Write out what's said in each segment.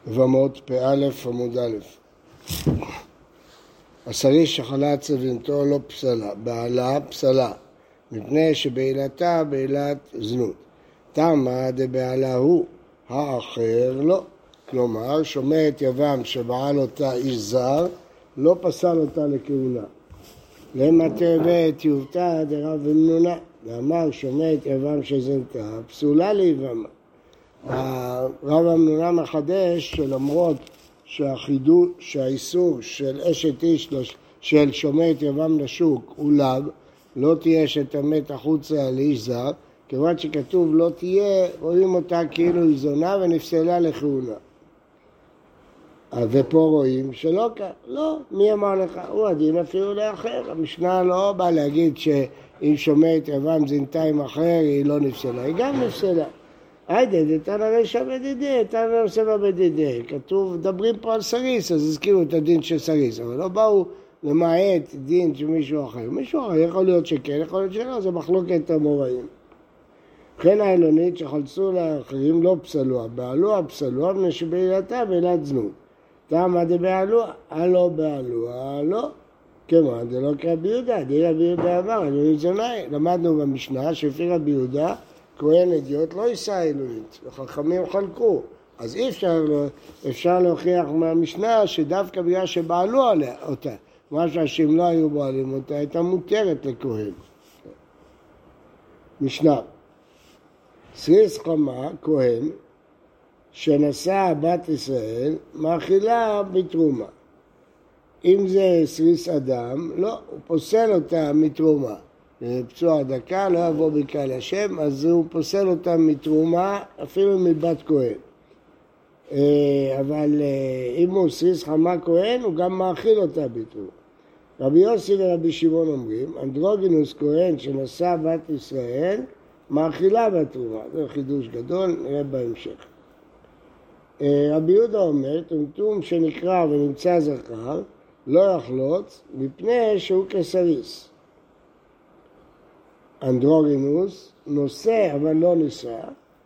ובמות פא עמוד א'. השריש שחלה צבינתו לא פסלה, בעלה פסלה, מפני שבעילתה בעילת זנות. תמה דבעלה הוא, האחר לא. כלומר, שומע את יבם שבעל אותה איש זר, לא פסל אותה לכהונה. למטה ואת יובתה דרב אמנונה, ואמר שומע את יבם שזנתה, פסולה ליבמה. הרב אמנונה מחדש שלמרות שהאיסור של אשת איש של שומע את יבם לשוק הוא לג, לא תהיה שתמת החוצה לאיש זר, כיוון שכתוב לא תהיה, רואים אותה כאילו היא זונה ונפסלה לכהונה. ופה רואים שלא כך, לא, מי אמר לך? הוא הדין אפילו לאחר. המשנה לא בא להגיד שאם שומע את יבם זינתה עם אחר היא לא נפסלה, היא גם נפסלה. היידה, תנא רשע בדידי, תנא רשע בדידי. כתוב, מדברים פה על סריס, אז הזכירו את הדין של סריס, אבל לא באו למעט דין של מישהו אחר. מישהו אחר יכול להיות שכן, יכול להיות שלא, זה מחלוקת המוראים. וכן האלונית שחלצו לאחרים לא פסלוה, בעלוה פסלוה, מפני שבעילתה בעילת זנות. תמה דבעלוה, הלא בעלוה, לא. כמו, זה לא כרבי יהודה, רבי יהודה אמר, אלוהית זונאי. למדנו במשנה שלפי רבי יהודה, כהן אדיוט לא יישא אלוהית, וחכמים חלקו. אז אפשר להוכיח מהמשנה שדווקא בגלל שבעלו עליה אותה, מה שהשם לא היו בעלים אותה, הייתה מותרת לכהן. משנה. סריס חמה, כהן, שנשא בת ישראל, מאכילה בתרומה. אם זה סריס אדם, לא, הוא פוסל אותה מתרומה. פצוע דקה, לא יבוא בקהל השם, אז הוא פוסל אותה מתרומה, אפילו מבת כהן. אבל אם הוא סריס חמה כהן, הוא גם מאכיל אותה בתרומה. רבי יוסי ורבי שמעון אומרים, אנדרוגינוס כהן שנשא בת ישראל, מאכילה בתרומה. זה חידוש גדול, נראה בהמשך. רבי יהודה אומר, טומטום שנקרא ונמצא זכר, לא יחלוץ, מפני שהוא כסריס. אנדרוגינוס נושא אבל לא נישא,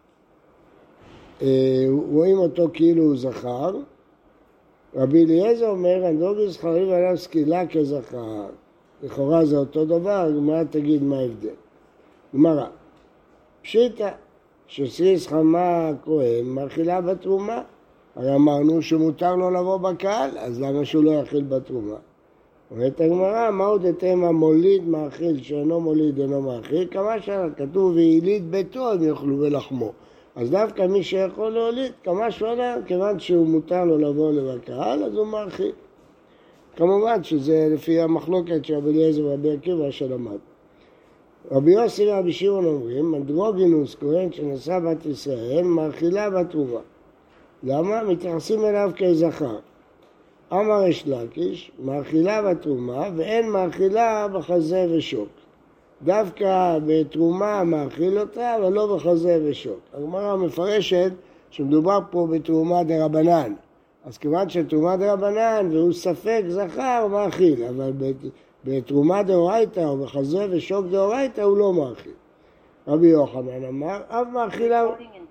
רואים אותו כאילו הוא זכר. רבי אליעזר אומר, אנדרוגינוס חריב עליו סקילה כזכר. לכאורה זה אותו דבר, גמרא תגיד מה ההבדל. גמרא, פשיטא, שסריס חמה כהן מאכילה בתרומה. הרי אמרנו שמותר לו לבוא בקהל, אז למה שהוא לא יאכיל בתרומה? אומרת הגמרא, מהו דתימה מוליד מאכיל שאינו מוליד אינו מאכיל? כמה שנה כתוב ויליד ביתו הם יאכלו בלחמו. אז דווקא מי שיכול להוליד כמה שנה, כיוון שהוא מותר לו לבוא לבקהל, אז הוא מאכיל. כמובן שזה לפי המחלוקת של רבי אליעזר ורבי עקיבא שלמד. רבי יוסי ורבי שמעון אומרים, אנדרוגינוס כהן שנשא בת ישראל מאכילה בתרומה. למה? מתייחסים אליו כזכר. אמר יש לקיש, מאכילה בתרומה ואין מאכילה בחזה ושוק. דווקא בתרומה מאכיל אותה, אבל לא בחזה ושוק. הגמרא מפרשת שמדובר פה בתרומה דרבנן. אז כיוון שתרומה דרבנן והוא ספק זכר, מאכיל. אבל בתרומה דאורייתא או בחזה ושוק דאורייתא הוא לא מאכיל. רבי יוחנן אמר, אף מאכילה...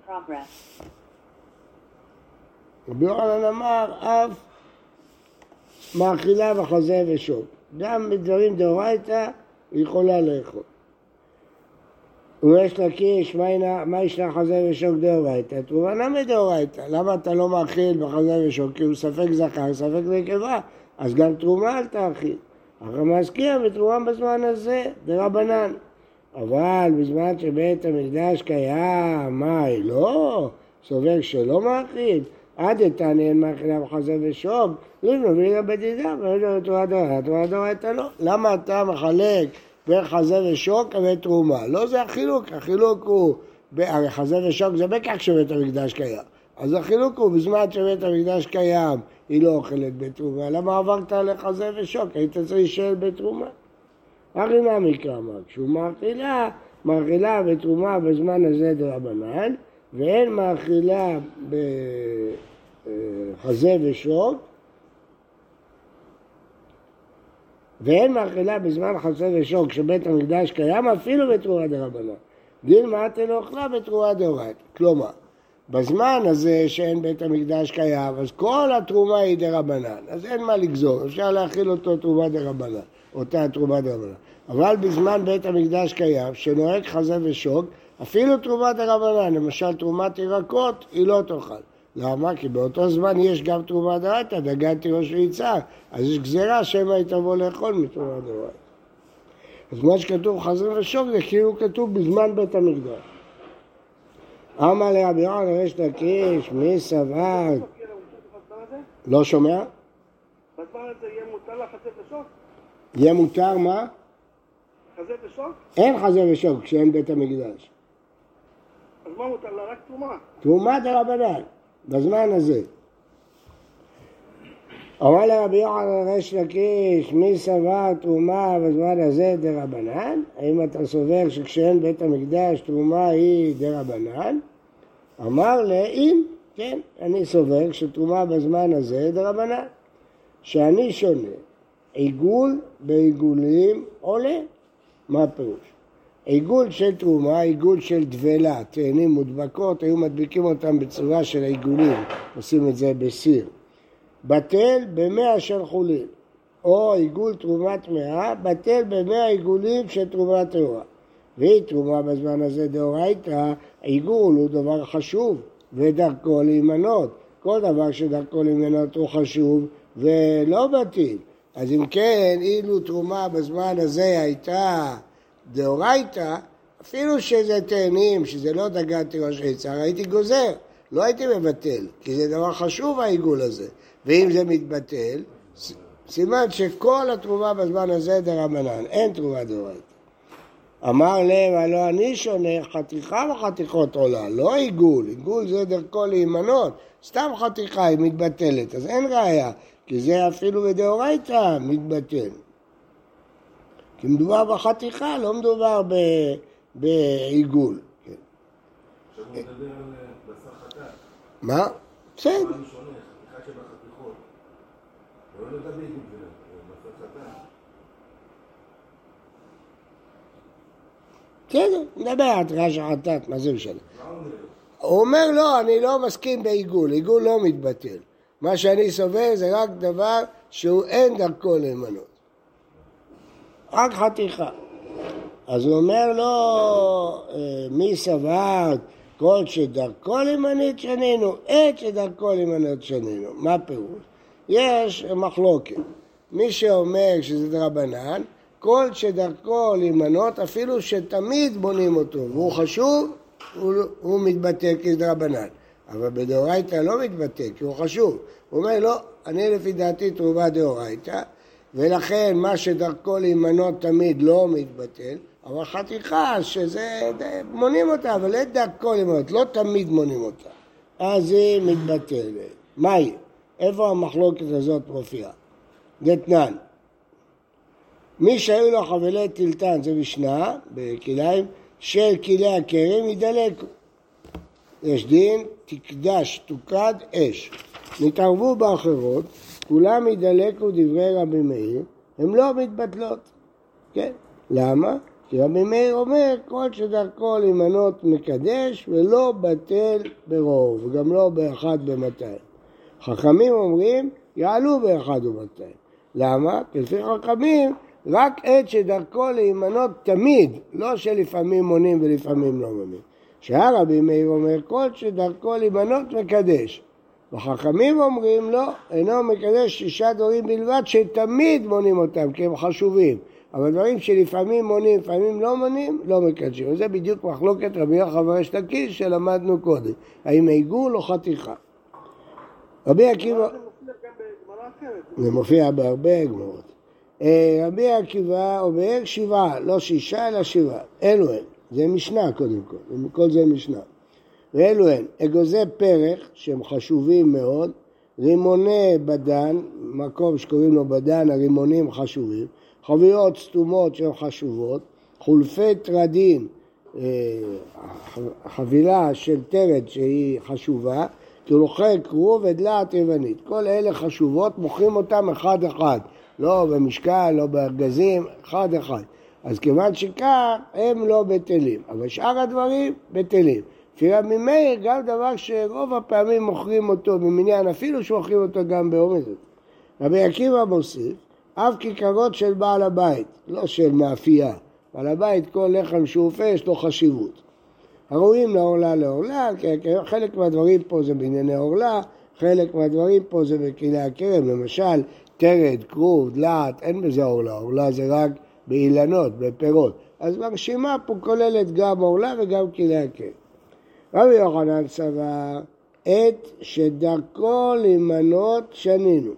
רבי יוחנן אמר, אף מאכילה בחזה ושוק. גם בדברים דאורייתא היא יכולה לאכול. ויש לקיש, מה ישנה חזה ושוק דאורייתא? תרומה נמי דאורייתא. למה אתה לא מאכיל בחזה ושוק? כי הוא ספק זכר, ספק נקבה. אז גם תרומה אל תאכיל. אחר מזכיר בתרומה בזמן הזה, דרבנן. אבל בזמן שבית המקדש קיים, מה היא לא? סובר שלא מאכיל. עד איתן מאכילה בחזה ושוק, לבנו בליגה בדידה, ולא תרומה דאורייתא לא. למה אתה מחלק בין חזה ושוק ותרומה? לא זה החילוק, החילוק הוא, הרי חזה ושוק זה בכך שבית המקדש קיים. אז החילוק הוא, בזמן שבית המקדש קיים, היא לא אוכלת בתרומה. למה עברת לחזה ושוק? היית צריך להישאר בתרומה. הרי מה מקרא אמר? כשהוא מאכילה בתרומה בזמן הזה דרבנן, ואין מאכילה בחזה ושוק, ואין מאכילה בזמן חזה ושוק שבית המקדש קיים, אפילו בתרומה דרבנן. דין מעט לא אוכלה בתרומה דאורייתא. כלומר, בזמן הזה שאין בית המקדש קיים, אז כל התרומה היא דרבנן, אז אין מה לגזור, אפשר להכיל אותו תרומה דרבנן, אותה תרומה דרבנן. אבל בזמן בית המקדש קיים, שנוהג חזה ושוק, אפילו תרומה דרבנן, למשל תרומת ירקות, היא לא תאכל. למה? כי באותו זמן יש גם תרומה דרייתא, דגן תירוש ויצהר, אז יש גזירה שמא היא תבוא לאכול מתרומה דרייתא. אז מה שכתוב חזה ושוק זה כאילו כתוב בזמן בית המקדש. אמר לרבי יוחנן ריש לקיש, מי סבר? לא שומע? בזמן הזה יהיה מותר לחזה ושוק? יהיה מותר מה? חזה ושוק? אין חזה ושוק כשאין בית המקדש. אז מה מותר לה? רק תרומה. תרומה דרבנן, בזמן הזה. אמר לרבי יוחנן ריש לקיש, מי סבר תרומה בזמן הזה דרבנן? האם אתה סובר שכשאין בית המקדש תרומה היא דרבנן? אמר לאם, כן, אני סובר שתרומה בזמן הזה דרבנן. שאני שונה, עיגול בעיגולים עולה. מה הפירוש? עיגול של תרומה, עיגול של דבלה, תאנים מודבקות, היו מדביקים אותם בצורה של עיגולים, עושים את זה בסיר. בטל ב100 של חולין, או עיגול תרומת 100, בטל ב100 עיגולים של תרומת טהורה. והיא תרומה בזמן הזה דאורייתא, עיגול הוא דבר חשוב, ודרכו להימנות. כל דבר שדרכו להימנות הוא חשוב ולא בטיל. אז אם כן, אילו תרומה בזמן הזה הייתה דאורייתא, אפילו שזה תאנים, שזה לא דגן תירוש ויצהר, הייתי גוזר, לא הייתי מבטל, כי זה דבר חשוב העיגול הזה. ואם זה מתבטל, סימן שכל התרומה בזמן הזה דרבנן, אין תרומה דאורייתא. אמר להם, הלא אני שונה, חתיכה וחתיכות עולה, לא עיגול, עיגול זה דרכו להימנות, סתם חתיכה היא מתבטלת, אז אין ראיה, כי זה אפילו בדאורייתא מתבטל. כי מדובר בחתיכה, לא מדובר בעיגול. עכשיו הוא מדבר על בשר חטאת. מה? בסדר. הוא שונה, חתיכה שבחתיכות. הוא לא יודע בעיגול שלהם, בשר חטאת. בסדר, נדבר על חתיכה של חטאת, מה זה משנה? הוא אומר לא, אני לא מסכים בעיגול, עיגול לא מתבטל. מה שאני סובר זה רק דבר שהוא אין דרכו להימנות. רק חתיכה. אז הוא אומר לו, מי סבר כל שדרכו להימנות שנינו, עת שדרכו להימנות שנינו. מה פירוש? יש מחלוקת. מי שאומר שזה דרבנן, כל שדרכו להימנות, אפילו שתמיד בונים אותו, והוא חשוב, הוא מתבטא כדרבנן. אבל בדאורייתא לא מתבטא, כי הוא חשוב. הוא אומר, לא, אני לפי דעתי תרומה דאורייתא, ולכן מה שדרכו להימנות תמיד לא מתבטל, אבל חתיכה שזה מונים אותה, אבל אין דרכו להימנות, לא תמיד מונים אותה. אז היא מתבטלת. מה היא? איפה המחלוקת הזאת מופיעה? דתנן. מי שהיו לו חבלי טילטן, זה משנה, בכליים, של כלי הכרם ידלקו. יש דין, תקדש, תוקד, אש. נתערבו באחרות, כולם ידלקו דברי רבי מאיר, הם לא מתבטלות. כן? למה? כי רבי מאיר אומר, כל שדרכו להימנות מקדש ולא בטל ברוב, וגם לא באחד במאתיים. חכמים אומרים, יעלו באחד ומאתיים. למה? כי לפי חכמים, רק עת שדרכו להימנות תמיד, לא שלפעמים מונים ולפעמים לא מונים. שהרבי מאיר אומר, כל שדרכו להימנות מקדש. וחכמים אומרים, לא, אינו מקדש 6 דברים בלבד שתמיד מונים אותם, כי הם חשובים. אבל דברים שלפעמים מונים, לפעמים לא מונים, לא מקדשים. וזה בדיוק מחלוקת רבי יוחנן ריש לקיש שלמדנו קודם. האם עיגול או חתיכה. רבי עקיבא... זה מופיע בהרבה גמרות. רבי עקיבא אומר 7, לא 6 אלא 7. אלו הם. זה משנה קודם כל. כל זה משנה. ואלו הן, אגוזי פרח, שהם חשובים מאוד, רימוני בדן, מקום שקוראים לו בדן, הרימונים חשובים, חביות סתומות שהן חשובות, חולפי טרדין, חבילה של טרד שהיא חשובה, קלוחי כרוב ודלעת יוונית. כל אלה חשובות, מוכרים אותם אחד אחד, לא במשקל, לא בארגזים, אחד אחד. אז כיוון שכך, הם לא בטלים, אבל שאר הדברים בטלים. לפי רבי מאיר גם דבר שרוב הפעמים מוכרים אותו במניין, אפילו שמוכרים אותו גם בעומד. רבי עקיבא מוסיף, אף כיכרות של בעל הבית, לא של מאפייה. בעל הבית כל לחם שהוא אופה יש לו חשיבות. הראויים לעורלה לעורלה, כי חלק מהדברים פה זה בענייני עורלה, חלק מהדברים פה זה בכלי הכרם, למשל תרד, כרוב, דלעת, אין בזה עורלה, עורלה זה רק באילנות, בפירות. אז ברשימה פה כוללת גם עורלה וגם כלי הכרם. רבי יוחנן סבר, עת שדרכו להימנות שנינו.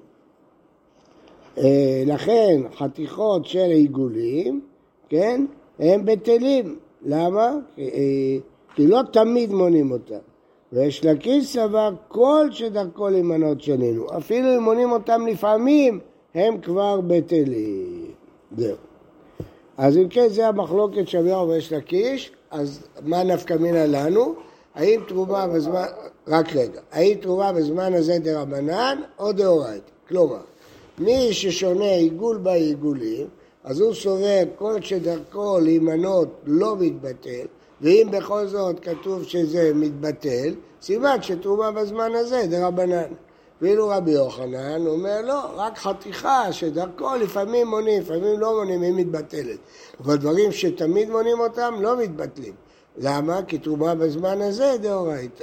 לכן חתיכות של עיגולים, כן, הם בטלים. למה? כי לא תמיד מונים אותם. ויש לקיש סבר כל שדרכו להימנות שנינו. אפילו אם מונים אותם לפעמים, הם כבר בטלים. זהו. אז אם כן, זה המחלוקת שוויהו ויש לקיש, אז מה נפקא מינה לנו? האם תרומה בזמן, רק רגע, האם תרומה בזמן הזה דרבנן או דאורייתא? כלומר, מי ששונה עיגול בעיגולים, אז הוא סובר כל שדרכו להימנות לא מתבטל, ואם בכל זאת כתוב שזה מתבטל, סימן שתרומה בזמן הזה דרבנן. ואילו רבי יוחנן אומר לא, רק חתיכה שדרכו לפעמים מונים, לפעמים לא מונים, היא מתבטלת. אבל דברים שתמיד מונים אותם לא מתבטלים. למה? כי תרומה בזמן הזה דאורייתא.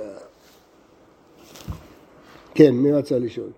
כן, מי רצה לשאול?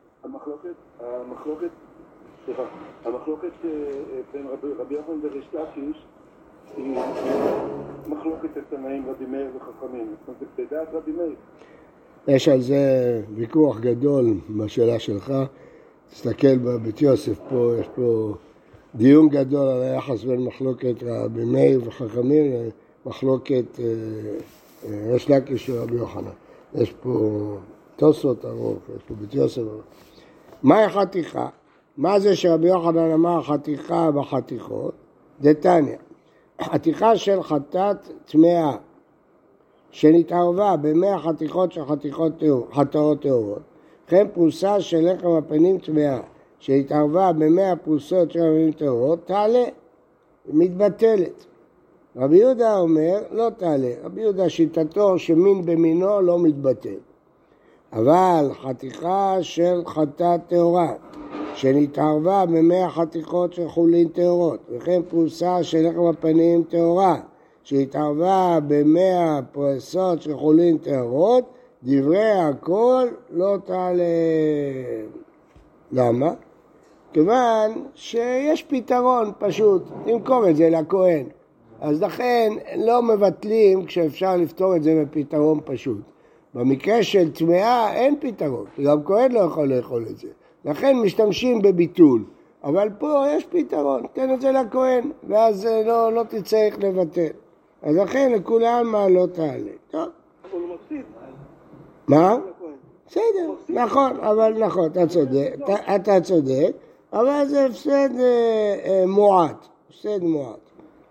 המחלוקת בין רבי יוחנן וריש לקיש היא מחלוקת התנאים רבי מאיר וחכמים. זאת אומרת, בדעת רבי מאיר. יש על זה ויכוח גדול בשאלה שלך. תסתכל בבית יוסף פה, יש פה דיון גדול על היחס בין מחלוקת רבי מאיר וחכמים למחלוקת ריש לקיש ורבי יוחנן. יש פה תוספות ארוך, יש פה בית יוסף ארוך. מהי חתיכה? מה זה שרבי יוחנן אמר חתיכה בחתיכות? דתניא. חתיכה של חטאת טמאה שנתערבה ב100 חתיכות של חטאות טהורות, וכן פרוסה של לחם הפנים טמאה שנתערבה ב100 פרוסות של הפנים טהורות, תעלה, מתבטלת. רבי יהודה אומר לא תעלה, רבי יהודה שיטתו שמין במינו לא מתבטל. אבל חתיכה של חטאת טהורה שנתערבה ב100 חתיכות של חולין טהורות, וכן פרוסה של לחם הפנים טהורה שהתערבה ב100 פרוסות של חולין טהורות, דברי הכל לא תעלה. למה? כיוון שיש פתרון פשוט, למכור את זה לכהן. אז לכן לא מבטלים כשאפשר לפתור את זה בפתרון פשוט. במקרה של טמאה אין פתרון, כי גם כהן לא יכול לאכול את זה. לכן משתמשים בביטול, אבל פה יש פתרון, תן את זה לכהן, ואז לא תצטרך לבטל. אז לכן לכולם מה לא תעלה. טוב. אבל הוא מפסיד. מה? בסדר, נכון, אבל נכון, אתה צודק, אבל זה הפסד מועט, הפסד מועט.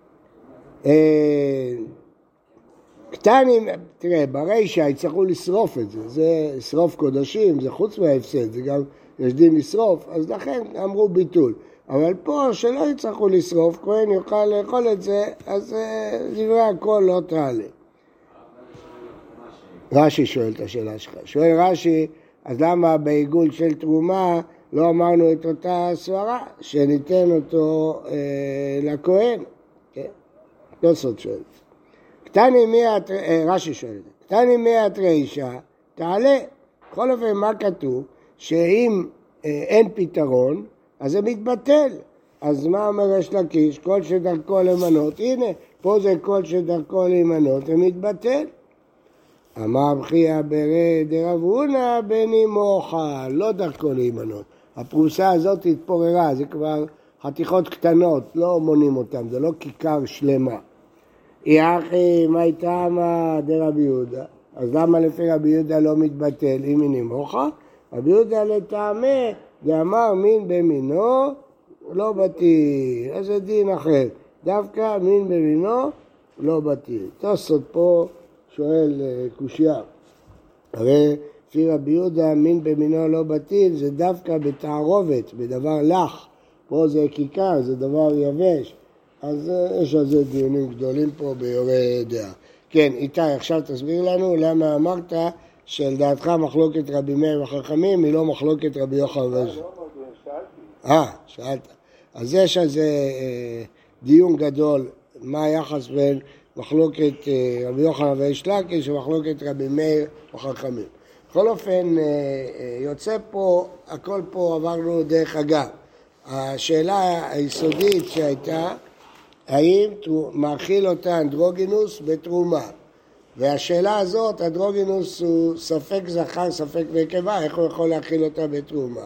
קטנים, תראה, ברישה יצטרכו לשרוף את זה, זה שרוף קודשים, זה חוץ מההפסד, זה גם יש דין לשרוף, אז לכן אמרו ביטול. אבל פה שלא יצטרכו לשרוף, כהן יוכל לאכול את זה, אז דברי הכל לא תעלה. רש"י שואל את השאלה שלך. שואל רש"י, אז למה בעיגול של תרומה לא אמרנו את אותה סברה, שניתן אותו לכהן? כן? לא סוד שואל. רש"י שואל, קטני מיית רישה, תעלה. בכל אופן, מה כתוב? שאם אין פתרון, אז זה מתבטל. אז מה אומר ריש לקיש? כל שדרכו למנות, הנה, פה זה כל שדרכו למנות, זה מתבטל. אמר בחייא ברי דרב הונא בנימוחה, לא דרכו להימנות. הפרוסה הזאת התפוררה, זה כבר חתיכות קטנות, לא מונים אותן, זה לא כיכר שלמה. יחי, מה הייתה מה דרבי יהודה? אז למה לפי רבי יהודה לא מתבטל? אם היא נימוחה? רבי יהודה לטעמי, ואמר מין במינו, לא בטיל. אז זה דין אחר. דווקא מין במינו, לא בטיל. תוספות פה שואל קושיה. הרי לפי רבי יהודה, מין במינו לא בטיל, זה דווקא בתערובת, בדבר לח. פה זה כיכר, זה דבר יבש. אז יש על זה דיונים גדולים פה ביורה דעה. כן, איתי, עכשיו תסביר לנו למה אמרת שלדעתך מחלוקת רבי מאיר וחכמים היא לא מחלוקת רבי יוחנן בן זכאי. שאלת. אז יש על זה דיון גדול, מה היחס בין מחלוקת רבי יוחנן ויש לקיש ומחלוקת רבי מאיר וחכמים. בכל אופן, יוצא פה, הכל פה עברנו דרך אגב. השאלה היסודית שהייתה, האם מאכיל אותה אנדרוגינוס בתרומה? והשאלה הזאת, אנדרוגינוס הוא ספק זכר, ספק נקבה, איך הוא יכול להאכיל אותה בתרומה?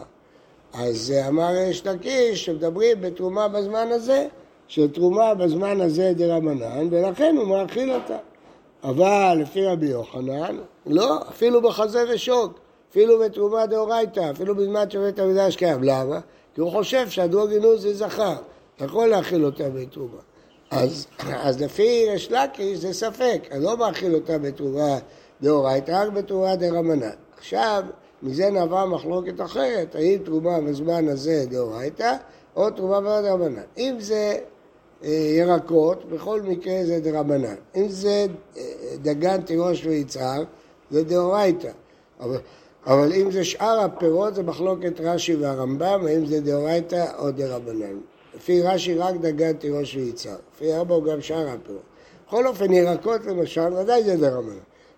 אז אמר יש לקיש שמדברים בתרומה בזמן הזה, שתרומה בזמן הזה דרבנן, ולכן הוא מאכיל אותה. אבל לפי רבי יוחנן, לא, אפילו בחזה ושוק, אפילו בתרומה דאורייתא, אפילו בזמן שבית המקדש קיים. למה? כי הוא חושב שהאנדרוגינוס זה זכר, יכול להאכיל אותה בתרומה. אז לפי ריש לקיש זה ספק, אז לא מאכיל אותה בתרומה דאורייתא, רק בתרומה דרבנן. עכשיו, מזה נבעה מחלוקת אחרת, האם תרומה בזמן הזה דאורייתא, או תרומה דרבנן. אם זה ירקות, בכל מקרה זה דרבנן. אם זה דגן, תירוש ויצהר, זה דאורייתא. אבל אם זה שאר הפירות, זה מחלוקת רש"י והרמב"ם, האם זה דאורייתא או דרבנן. לפי רש"י רק דגן, תירוש ויצהר. לפי הרמב"ם גם שאר הפירות. בכל אופן, ירקות למשל, ודאי זה דרבנן.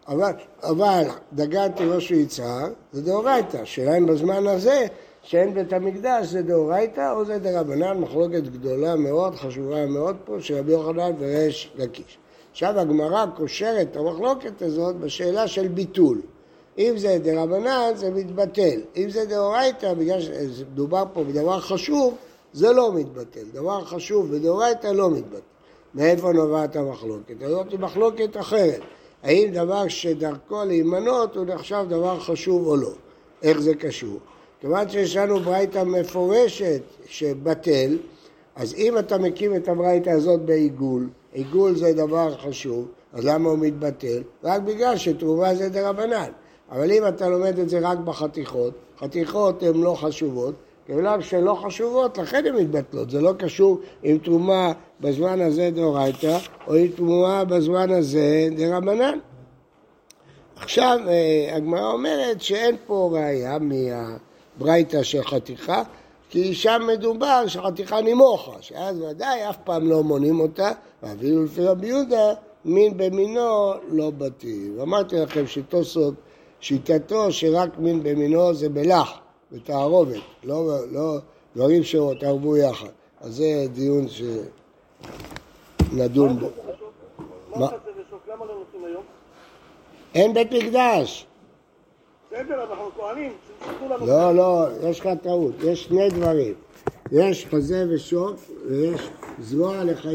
אבל דגן, תירוש ויצהר, זה דאורייתא. שאלה אם בזמן הזה, שאין בית המקדש, זה דאורייתא או זה דרבנן, מחלוקת גדולה מאוד, חשובה מאוד פה, של רבי יוחנן וריש לקיש. עכשיו הגמרא קושרת את המחלוקת הזאת בשאלה של ביטול. אם זה דרבנן, זה מתבטל. אם זה דאורייתא, בגלל שדובר פה בדבר חשוב, זה לא מתבטל. דבר חשוב בדאורייתא לא מתבטל. מאיפה נובעת המחלוקת? זאת היא מחלוקת אחרת. האם דבר שדרכו להימנות הוא נחשב דבר חשוב או לא? איך זה קשור? כיוון שיש לנו ברייתא מפורשת שבטל, אז אם אתה מקים את הברייתא הזאת בעיגול, עיגול זה דבר חשוב, אז למה הוא מתבטל? רק בגלל שתרומה זה דרבנן. אבל אם אתה לומד את זה רק בחתיכות, חתיכות הן לא חשובות, כיוון שלא חשובות, לכן הן מתבטלות. זה לא קשור אם תרומה בזמן הזה דאורייתא, או אם תרומה בזמן הזה דרבנן. עכשיו הגמרא אומרת שאין פה ראיה מהברייתא של חתיכה, כי שם מדובר שחתיכה נימוכה, שאז ודאי אף פעם לא מונים אותה, ואפילו לפי רבי יהודה, מין במינו לא בטיל. אמרתי לכם שיטתו שרק מין במינו זה בלח, בתערובת, לא דברים שתערבו יחד. אז זה דיון שנדון בו. מה חזה ושוק? למה לא נותנים היום? אין בית מקדש. בסדר, אנחנו כהנים. לא, יש לך טעות. יש שני דברים. יש חזה ושוק ויש זרוע לחיים.